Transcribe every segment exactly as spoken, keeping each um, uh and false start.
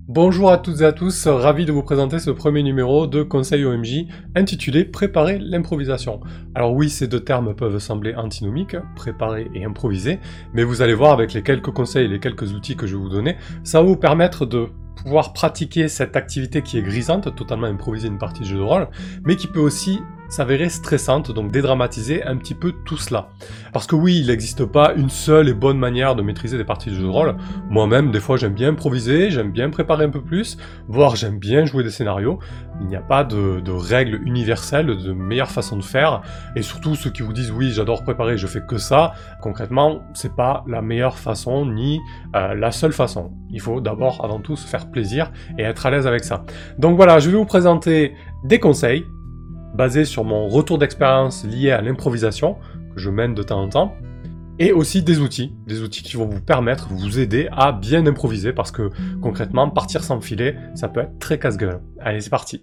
Bonjour à toutes et à tous, ravi de vous présenter ce premier numéro de Conseil O M J intitulé Préparer l'improvisation. Alors oui, ces deux termes peuvent sembler antinomiques, préparer et improviser, mais vous allez voir avec les quelques conseils et les quelques outils que je vais vous donner, ça va vous permettre de pouvoir pratiquer cette activité qui est grisante, totalement improviser une partie de jeu de rôle, mais qui peut aussi s'avérer stressante, donc dédramatiser un petit peu tout cela. Parce que oui, il n'existe pas une seule et bonne manière de maîtriser des parties de jeu de rôle. Moi-même, des fois, j'aime bien improviser, j'aime bien préparer un peu plus, voire j'aime bien jouer des scénarios. Il n'y a pas de, de règles universelles, de meilleure façon de faire, et surtout ceux qui vous disent oui, j'adore préparer, je fais que ça, concrètement, c'est pas la meilleure façon, ni euh, la seule façon. Il faut d'abord, avant tout, se faire plaisir et être à l'aise avec ça. Donc voilà, je vais vous présenter des conseils, basé sur mon retour d'expérience lié à l'improvisation, que je mène de temps en temps, et aussi des outils, des outils qui vont vous permettre, vous aider à bien improviser, parce que concrètement, partir sans filet, ça peut être très casse-gueule. Allez, c'est parti.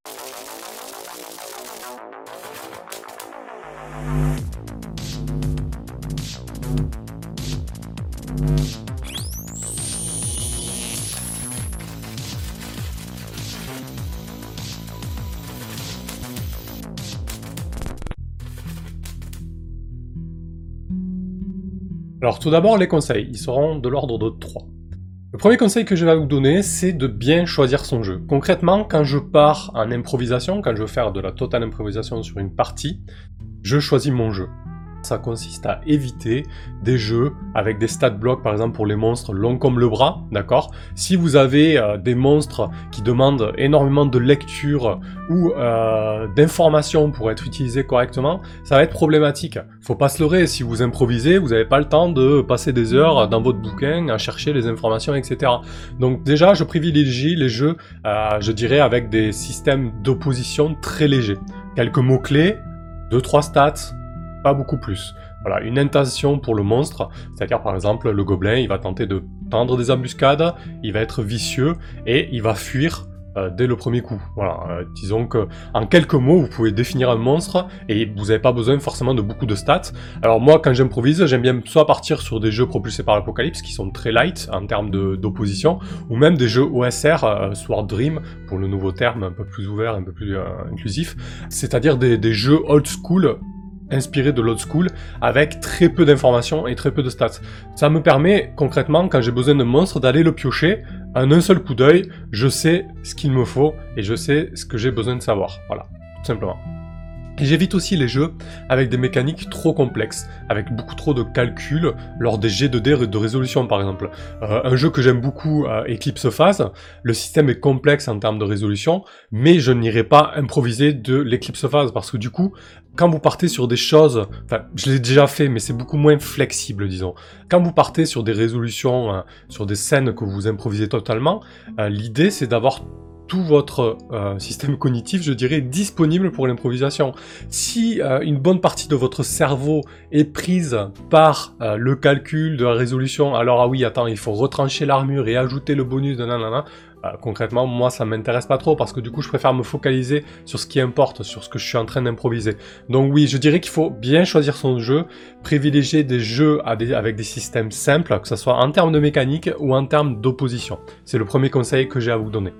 Alors tout d'abord, les conseils, ils seront de l'ordre de trois. Le premier conseil que je vais vous donner, c'est de bien choisir son jeu. Concrètement, quand je pars en improvisation, quand je veux faire de la totale improvisation sur une partie, je choisis mon jeu. Ça consiste à éviter des jeux avec des stat blocks, par exemple pour les monstres longs comme le bras, d'accord ? Si vous avez euh, des monstres qui demandent énormément de lecture ou euh, d'informations pour être utilisés correctement, ça va être problématique. Faut pas se leurrer, si vous improvisez, vous n'avez pas le temps de passer des heures dans votre bouquin à chercher les informations, et cetera. Donc déjà, je privilégie les jeux, euh, je dirais, avec des systèmes d'opposition très légers. Quelques mots-clés, deux trois stats, pas beaucoup plus. Voilà, une intention pour le monstre, c'est-à-dire par exemple le gobelin, il va tenter de tendre des embuscades, il va être vicieux et il va fuir euh, dès le premier coup. Voilà, euh, disons que en quelques mots, vous pouvez définir un monstre et vous n'avez pas besoin forcément de beaucoup de stats. Alors moi, quand j'improvise, j'aime bien soit partir sur des jeux propulsés par l'Apocalypse qui sont très light en termes de, d'opposition, ou même des jeux O S R, euh, Sword Dream, pour le nouveau terme un peu plus ouvert, un peu plus euh, inclusif, c'est-à-dire des, des jeux old school inspiré de l'old school, avec très peu d'informations et très peu de stats. Ça me permet, concrètement, quand j'ai besoin d'un monstre, d'aller le piocher, en un seul coup d'œil, je sais ce qu'il me faut, et je sais ce que j'ai besoin de savoir. Voilà, tout simplement. Et j'évite aussi les jeux avec des mécaniques trop complexes, avec beaucoup trop de calculs lors des jets de dés de résolution par exemple. Euh, un jeu que j'aime beaucoup, euh, Eclipse Phase, le système est complexe en termes de résolution, mais je n'irai pas improviser de l'Eclipse Phase, parce que du coup, quand vous partez sur des choses, enfin je l'ai déjà fait, mais c'est beaucoup moins flexible disons. Quand vous partez sur des résolutions, euh, sur des scènes que vous improvisez totalement, euh, l'idée c'est d'avoir tout votre euh, système cognitif, je dirais, disponible pour l'improvisation. Si euh, une bonne partie de votre cerveau est prise par euh, le calcul de la résolution, alors ah oui, attends, il faut retrancher l'armure et ajouter le bonus de nanana, euh, concrètement, moi, ça m'intéresse pas trop, parce que du coup, je préfère me focaliser sur ce qui importe, sur ce que je suis en train d'improviser. Donc oui, je dirais qu'il faut bien choisir son jeu, privilégier des jeux à des, avec des systèmes simples, que ce soit en termes de mécanique ou en termes d'opposition. C'est le premier conseil que j'ai à vous donner.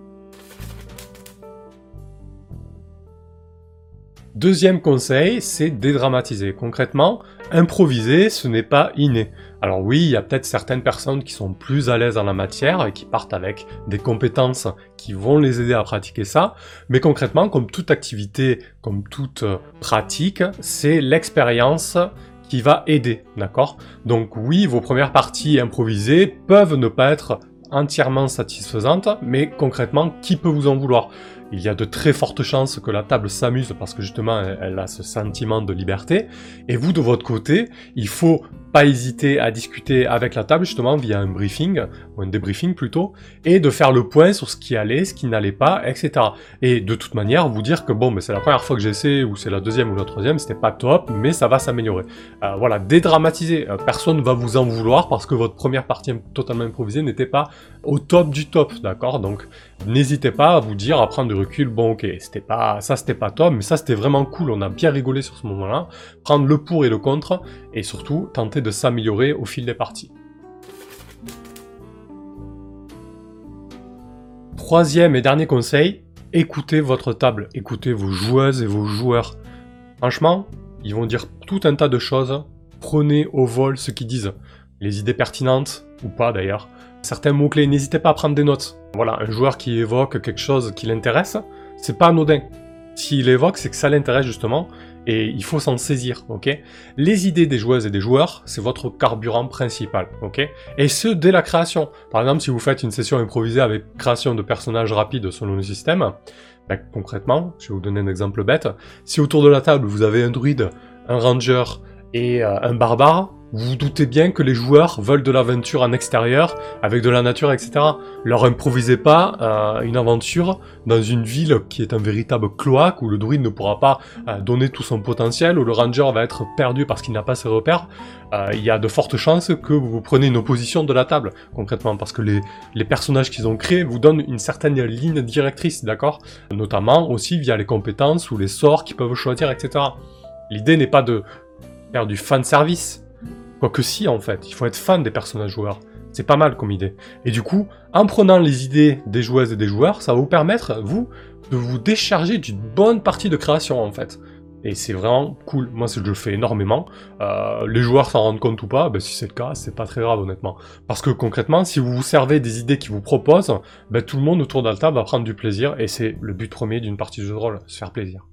Deuxième conseil, c'est dédramatiser. Concrètement, improviser, ce n'est pas inné. Alors oui, il y a peut-être certaines personnes qui sont plus à l'aise en la matière et qui partent avec des compétences qui vont les aider à pratiquer ça, mais concrètement, comme toute activité, comme toute pratique, c'est l'expérience qui va aider, d'accord ? Donc oui, vos premières parties improvisées peuvent ne pas être entièrement satisfaisantes, mais concrètement, qui peut vous en vouloir ? Il y a de très fortes chances que la table s'amuse parce que justement elle, elle a ce sentiment de liberté. Et vous de votre côté, il faut pas hésiter à discuter avec la table justement via un briefing, ou un débriefing plutôt, et de faire le point sur ce qui allait, ce qui n'allait pas, et cetera. Et de toute manière, vous dire que bon, mais c'est la première fois que j'essaie, ou c'est la deuxième ou la troisième, c'était pas top, mais ça va s'améliorer. Euh, voilà, dédramatiser. Euh, personne va vous en vouloir parce que votre première partie totalement improvisée n'était pas au top du top, d'accord ? Donc, n'hésitez pas à vous dire, à prendre du recul, bon ok, c'était pas, ça c'était pas top, mais ça c'était vraiment cool, on a bien rigolé sur ce moment-là. Prendre le pour et le contre, et surtout, tenter de s'améliorer au fil des parties. Troisième et dernier conseil, écoutez votre table, écoutez vos joueuses et vos joueurs. Franchement, ils vont dire tout un tas de choses, prenez au vol ce qu'ils disent. Les idées pertinentes, ou pas d'ailleurs. Certains mots-clés, n'hésitez pas à prendre des notes. Voilà, un joueur qui évoque quelque chose qui l'intéresse, c'est pas anodin. S'il évoque, c'est que ça l'intéresse justement, et il faut s'en saisir, ok? Les idées des joueuses et des joueurs, c'est votre carburant principal, ok? Et ce, dès la création. Par exemple, si vous faites une session improvisée avec création de personnages rapides selon le système, ben, concrètement, je vais vous donner un exemple bête, si autour de la table vous avez un druide, un ranger et euh, un barbare, vous vous doutez bien que les joueurs veulent de l'aventure en extérieur, avec de la nature, et cetera. Leur improvisez pas euh, une aventure dans une ville qui est un véritable cloaque, où le druide ne pourra pas euh, donner tout son potentiel, où le ranger va être perdu parce qu'il n'a pas ses repères. Euh, il y a de fortes chances que vous vous preniez une opposition de la table, concrètement, parce que les, les personnages qu'ils ont créés vous donnent une certaine ligne directrice, d'accord? Notamment aussi via les compétences ou les sorts qu'ils peuvent choisir, et cetera. L'idée n'est pas de faire du fanservice. Quoique si, en fait, il faut être fan des personnages joueurs. C'est pas mal comme idée. Et du coup, en prenant les idées des joueuses et des joueurs, ça va vous permettre, vous, de vous décharger d'une bonne partie de création, en fait. Et c'est vraiment cool. Moi, je le fais énormément. Euh, les joueurs s'en rendent compte ou pas, ben, si c'est le cas, c'est pas très grave, honnêtement. Parce que concrètement, si vous vous servez des idées qu'ils vous proposent, ben, tout le monde autour de la table va prendre du plaisir. Et c'est le but premier d'une partie de jeu de rôle, se faire plaisir.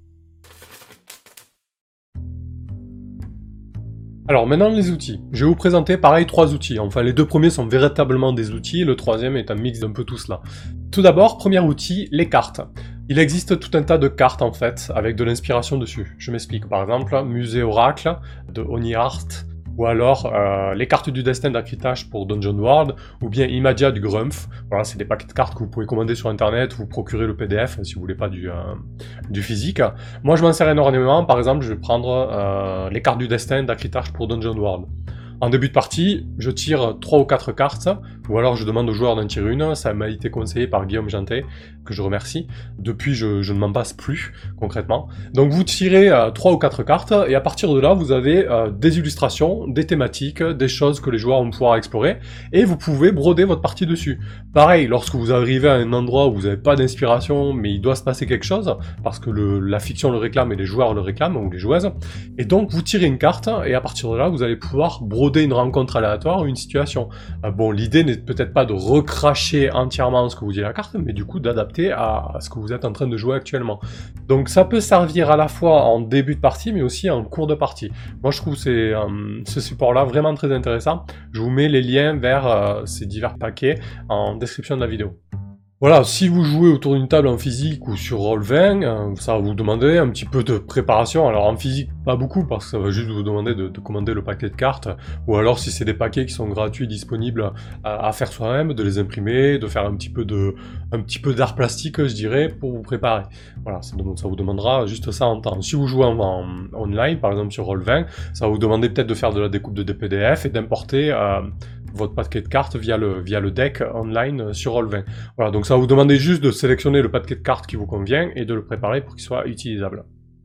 Alors maintenant les outils. Je vais vous présenter pareil trois outils. Enfin les deux premiers sont véritablement des outils, le troisième est un mix d'un peu tout cela. Tout d'abord, premier outil, les cartes. Il existe tout un tas de cartes en fait, avec de l'inspiration dessus. Je m'explique, par exemple, Musée Oracle de Oni Art, ou alors euh, les cartes du destin d'Acritage pour Dungeon World, ou bien Imagia du Grumpf. Voilà, c'est des paquets de cartes que vous pouvez commander sur internet, vous procurer le P D F si vous voulez pas du, euh, du physique. Moi je m'en sers énormément, par exemple je vais prendre euh, les cartes du destin d'Acritage pour Dungeon World. En début de partie, je tire trois ou quatre cartes, ou alors je demande aux joueurs d'en tirer une, ça m'a été conseillé par Guillaume Jantet, que je remercie. Depuis, je, je ne m'en passe plus, concrètement. Donc vous tirez euh, trois ou quatre cartes, et à partir de là, vous avez euh, des illustrations, des thématiques, des choses que les joueurs vont pouvoir explorer, et vous pouvez broder votre partie dessus. Pareil, lorsque vous arrivez à un endroit où vous n'avez pas d'inspiration, mais il doit se passer quelque chose, parce que le, la fiction le réclame et les joueurs le réclament, ou les joueuses, et donc vous tirez une carte, et à partir de là, vous allez pouvoir broder une rencontre aléatoire ou une situation. Euh, bon, l'idée n'est peut-être pas de recracher entièrement ce que vous dit la carte, mais du coup d'adapter à, à ce que vous êtes en train de jouer actuellement. Donc ça peut servir à la fois en début de partie, mais aussi en cours de partie. Moi je trouve ces, euh, ce support-là vraiment très intéressant. Je vous mets les liens vers euh, ces divers paquets en description de la vidéo. Voilà, si vous jouez autour d'une table en physique ou sur roll vingt, euh, ça va vous demander un petit peu de préparation. Alors en physique, pas beaucoup, parce que ça va juste vous demander de, de commander le paquet de cartes, ou alors si c'est des paquets qui sont gratuits, disponibles à, à faire soi-même, de les imprimer, de faire un petit peu de, un petit peu d'art plastique, je dirais, pour vous préparer. Voilà, ça, ça vous demandera juste ça en temps. Si vous jouez en, en online, par exemple sur roll vingt, ça va vous demander peut-être de faire de la découpe de P D F et d'importer euh, votre paquet de cartes via le, via le deck online sur roll vingt. Voilà, donc ça va vous demander juste de sélectionner le paquet de cartes qui vous convient et de le préparer pour qu'il soit utilisable.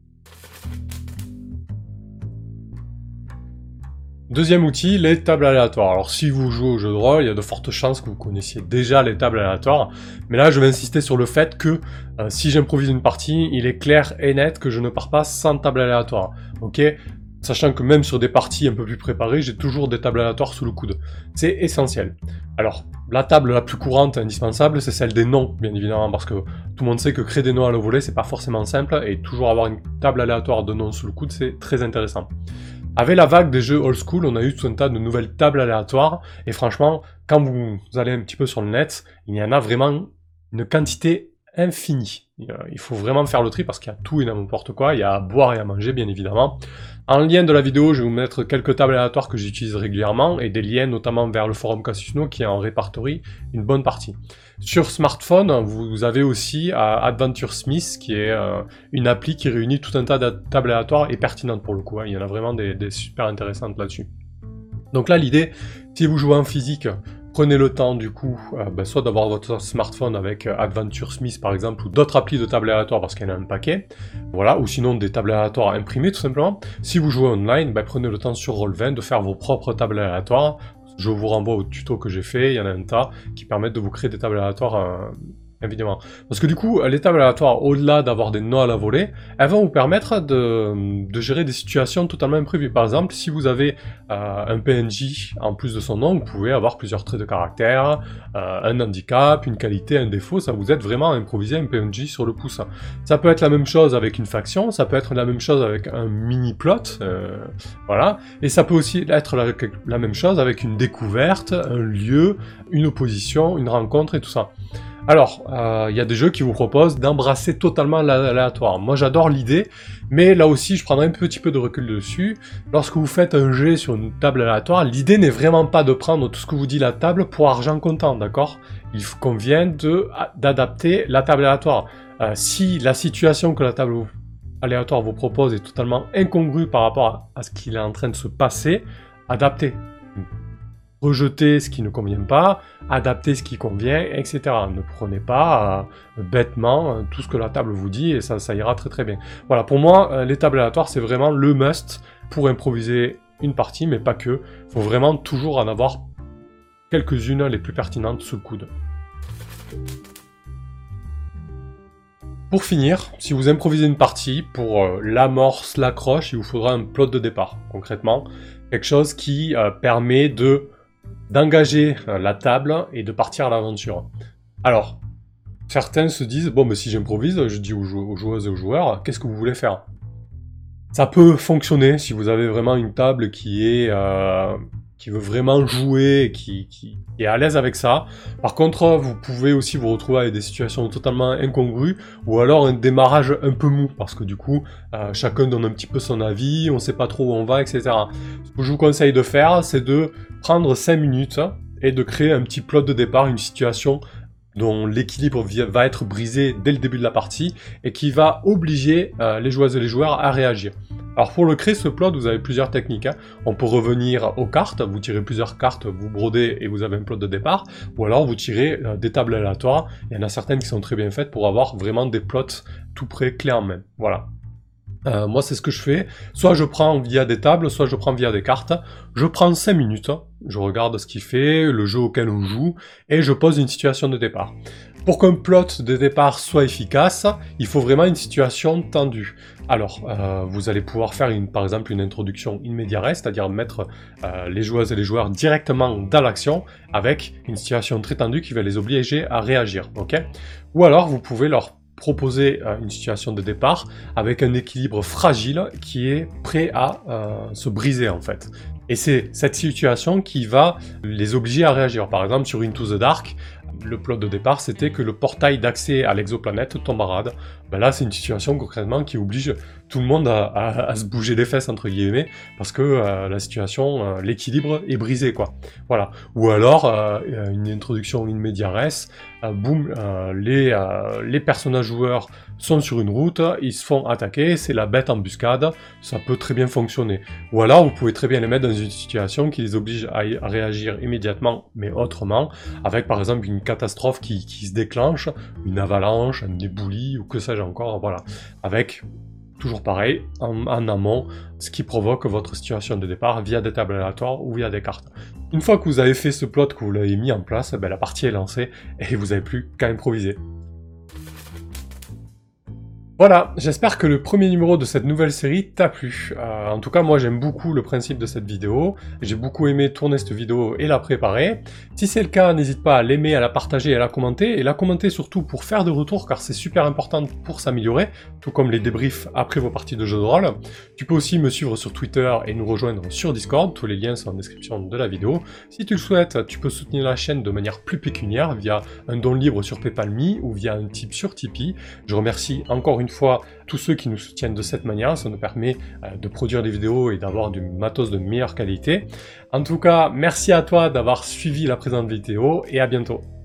Deuxième outil, les tables aléatoires. Alors si vous jouez au jeu de rôle, il y a de fortes chances que vous connaissiez déjà les tables aléatoires, mais là je vais insister sur le fait que euh, si j'improvise une partie, il est clair et net que je ne pars pas sans table aléatoire. Ok ? Sachant que même sur des parties un peu plus préparées, j'ai toujours des tables aléatoires sous le coude. C'est essentiel. Alors, la table la plus courante et indispensable, c'est celle des noms, bien évidemment, parce que tout le monde sait que créer des noms à la volée, c'est pas forcément simple, et toujours avoir une table aléatoire de noms sous le coude, c'est très intéressant. Avec la vague des jeux old school, on a eu tout un tas de nouvelles tables aléatoires, et franchement, quand vous allez un petit peu sur le net, il y en a vraiment une quantité infinie. Il faut vraiment faire le tri parce qu'il y a tout et n'importe quoi, il y a à boire et à manger, bien évidemment. En lien de la vidéo, je vais vous mettre quelques tables aléatoires que j'utilise régulièrement et des liens notamment vers le forum Casusno qui en répertorie une bonne partie. Sur smartphone, vous avez aussi euh, Adventure Smith qui est euh, une appli qui réunit tout un tas de tables aléatoires et pertinentes pour le coup. Hein. Il y en a vraiment des, des super intéressantes là-dessus. Donc là, l'idée, si vous jouez en physique, prenez le temps du coup, euh, ben, soit d'avoir votre smartphone avec euh, Adventure Smith par exemple, ou d'autres applis de tables aléatoires parce qu'il y en a un paquet, voilà, ou sinon des tables aléatoires imprimées tout simplement. Si vous jouez online, ben, prenez le temps sur roll vingt de faire vos propres tables aléatoires. Je vous renvoie au tuto que j'ai fait, il y en a un tas qui permettent de vous créer des tables aléatoires euh, évidemment. Parce que du coup, les tables aléatoires, au-delà d'avoir des noms à la volée, elles vont vous permettre de, de gérer des situations totalement imprévues. Par exemple, si vous avez euh, un P N J en plus de son nom, vous pouvez avoir plusieurs traits de caractère, euh, un handicap, une qualité, un défaut, ça vous aide vraiment à improviser un P N J sur le pouce. Ça peut être la même chose avec une faction, ça peut être la même chose avec un mini-plot, euh, voilà, et ça peut aussi être la, la même chose avec une découverte, un lieu, une opposition, une rencontre et tout ça. Alors, il euh, y a des jeux qui vous proposent d'embrasser totalement l'aléatoire. Moi, j'adore l'idée, mais là aussi, je prendrai un petit peu de recul dessus. Lorsque vous faites un jet sur une table aléatoire, l'idée n'est vraiment pas de prendre tout ce que vous dit la table pour argent comptant, d'accord? Il convient de d'adapter la table aléatoire. Euh, si la situation que la table aléatoire vous propose est totalement incongrue par rapport à, à ce qu'il est en train de se passer, adaptez. Rejetez ce qui ne convient pas, adaptez ce qui convient, et cetera. Ne prenez pas euh, bêtement euh, tout ce que la table vous dit et ça, ça ira très très bien. Voilà, pour moi, euh, les tables aléatoires, c'est vraiment le must pour improviser une partie, mais pas que. Il faut vraiment toujours en avoir quelques-unes les plus pertinentes sous le coude. Pour finir, si vous improvisez une partie, pour euh, l'amorce, l'accroche, il vous faudra un plot de départ, concrètement. Quelque chose qui euh, permet de d'engager la table et de partir à l'aventure. Alors, certains se disent, bon, mais si j'improvise, je dis aux, jou aux joueuses et aux joueurs, qu'est-ce que vous voulez faire? Ça peut fonctionner si vous avez vraiment une table qui est... Euh, qui veut vraiment jouer, qui, qui, qui est à l'aise avec ça. Par contre, vous pouvez aussi vous retrouver avec des situations totalement incongrues, ou alors un démarrage un peu mou, parce que du coup, euh, chacun donne un petit peu son avis, on sait pas trop où on va, et cetera. Ce que je vous conseille de faire, c'est de prendre cinq minutes et de créer un petit plot de départ, une situation dont l'équilibre va être brisé dès le début de la partie, et qui va obliger euh, les joueuses et les joueurs à réagir. Alors pour le créer, ce plot, vous avez plusieurs techniques. Hein. On peut revenir aux cartes, vous tirez plusieurs cartes, vous brodez et vous avez un plot de départ, ou alors vous tirez euh, des tables aléatoires. Il y en a certaines qui sont très bien faites pour avoir vraiment des plots tout près, clés en main. Voilà. Euh, moi, c'est ce que je fais. Soit je prends via des tables, soit je prends via des cartes. Je prends cinq minutes, je regarde ce qu'il fait, le jeu auquel on joue, et je pose une situation de départ. Pour qu'un plot de départ soit efficace, il faut vraiment une situation tendue. Alors, euh, vous allez pouvoir faire une, par exemple une introduction in media res, c'est-à-dire mettre euh, les joueuses et les joueurs directement dans l'action, avec une situation très tendue qui va les obliger à réagir, ok? Ou alors, vous pouvez leur proposer euh, une situation de départ avec un équilibre fragile qui est prêt à euh, se briser en fait. Et c'est cette situation qui va les obliger à réagir. Par exemple, sur Into the Dark, le plot de départ, c'était que le portail d'accès à l'exoplanète tombe à rade. Ben là, c'est une situation concrètement qui oblige tout le monde à, à, à se bouger les fesses, entre guillemets, parce que euh, la situation, euh, l'équilibre est brisé, quoi. Voilà. Ou alors, euh, une introduction in media res, euh, boum, euh, les, euh, les personnages joueurs sont sur une route, ils se font attaquer, c'est la bête embuscade, ça peut très bien fonctionner. Ou alors, vous pouvez très bien les mettre dans une situation qui les oblige à, à réagir immédiatement, mais autrement, avec par exemple une catastrophe qui, qui se déclenche, une avalanche, un éboulis, ou que sais-je encore, voilà. Avec, toujours pareil, en, en amont, ce qui provoque votre situation de départ via des tables aléatoires ou via des cartes. Une fois que vous avez fait ce plot, que vous l'avez mis en place, ben, la partie est lancée et vous n'avez plus qu'à improviser. Voilà, j'espère que le premier numéro de cette nouvelle série t'a plu. Euh, en tout cas, moi j'aime beaucoup le principe de cette vidéo. J'ai beaucoup aimé tourner cette vidéo et la préparer. Si c'est le cas, n'hésite pas à l'aimer, à la partager et à la commenter. Et la commenter surtout pour faire des retours, car c'est super important pour s'améliorer, tout comme les débriefs après vos parties de jeux de rôle. Tu peux aussi me suivre sur Twitter et nous rejoindre sur Discord. Tous les liens sont en description de la vidéo. Si tu le souhaites, tu peux soutenir la chaîne de manière plus pécuniaire via un don libre sur PayPal.me ou via un tip sur Tipeee. Je remercie encore une fois tous ceux qui nous soutiennent de cette manière, ça nous permet euh, de produire des vidéos et d'avoir du matos de meilleure qualité. En tout cas, merci à toi d'avoir suivi la présente vidéo et à bientôt.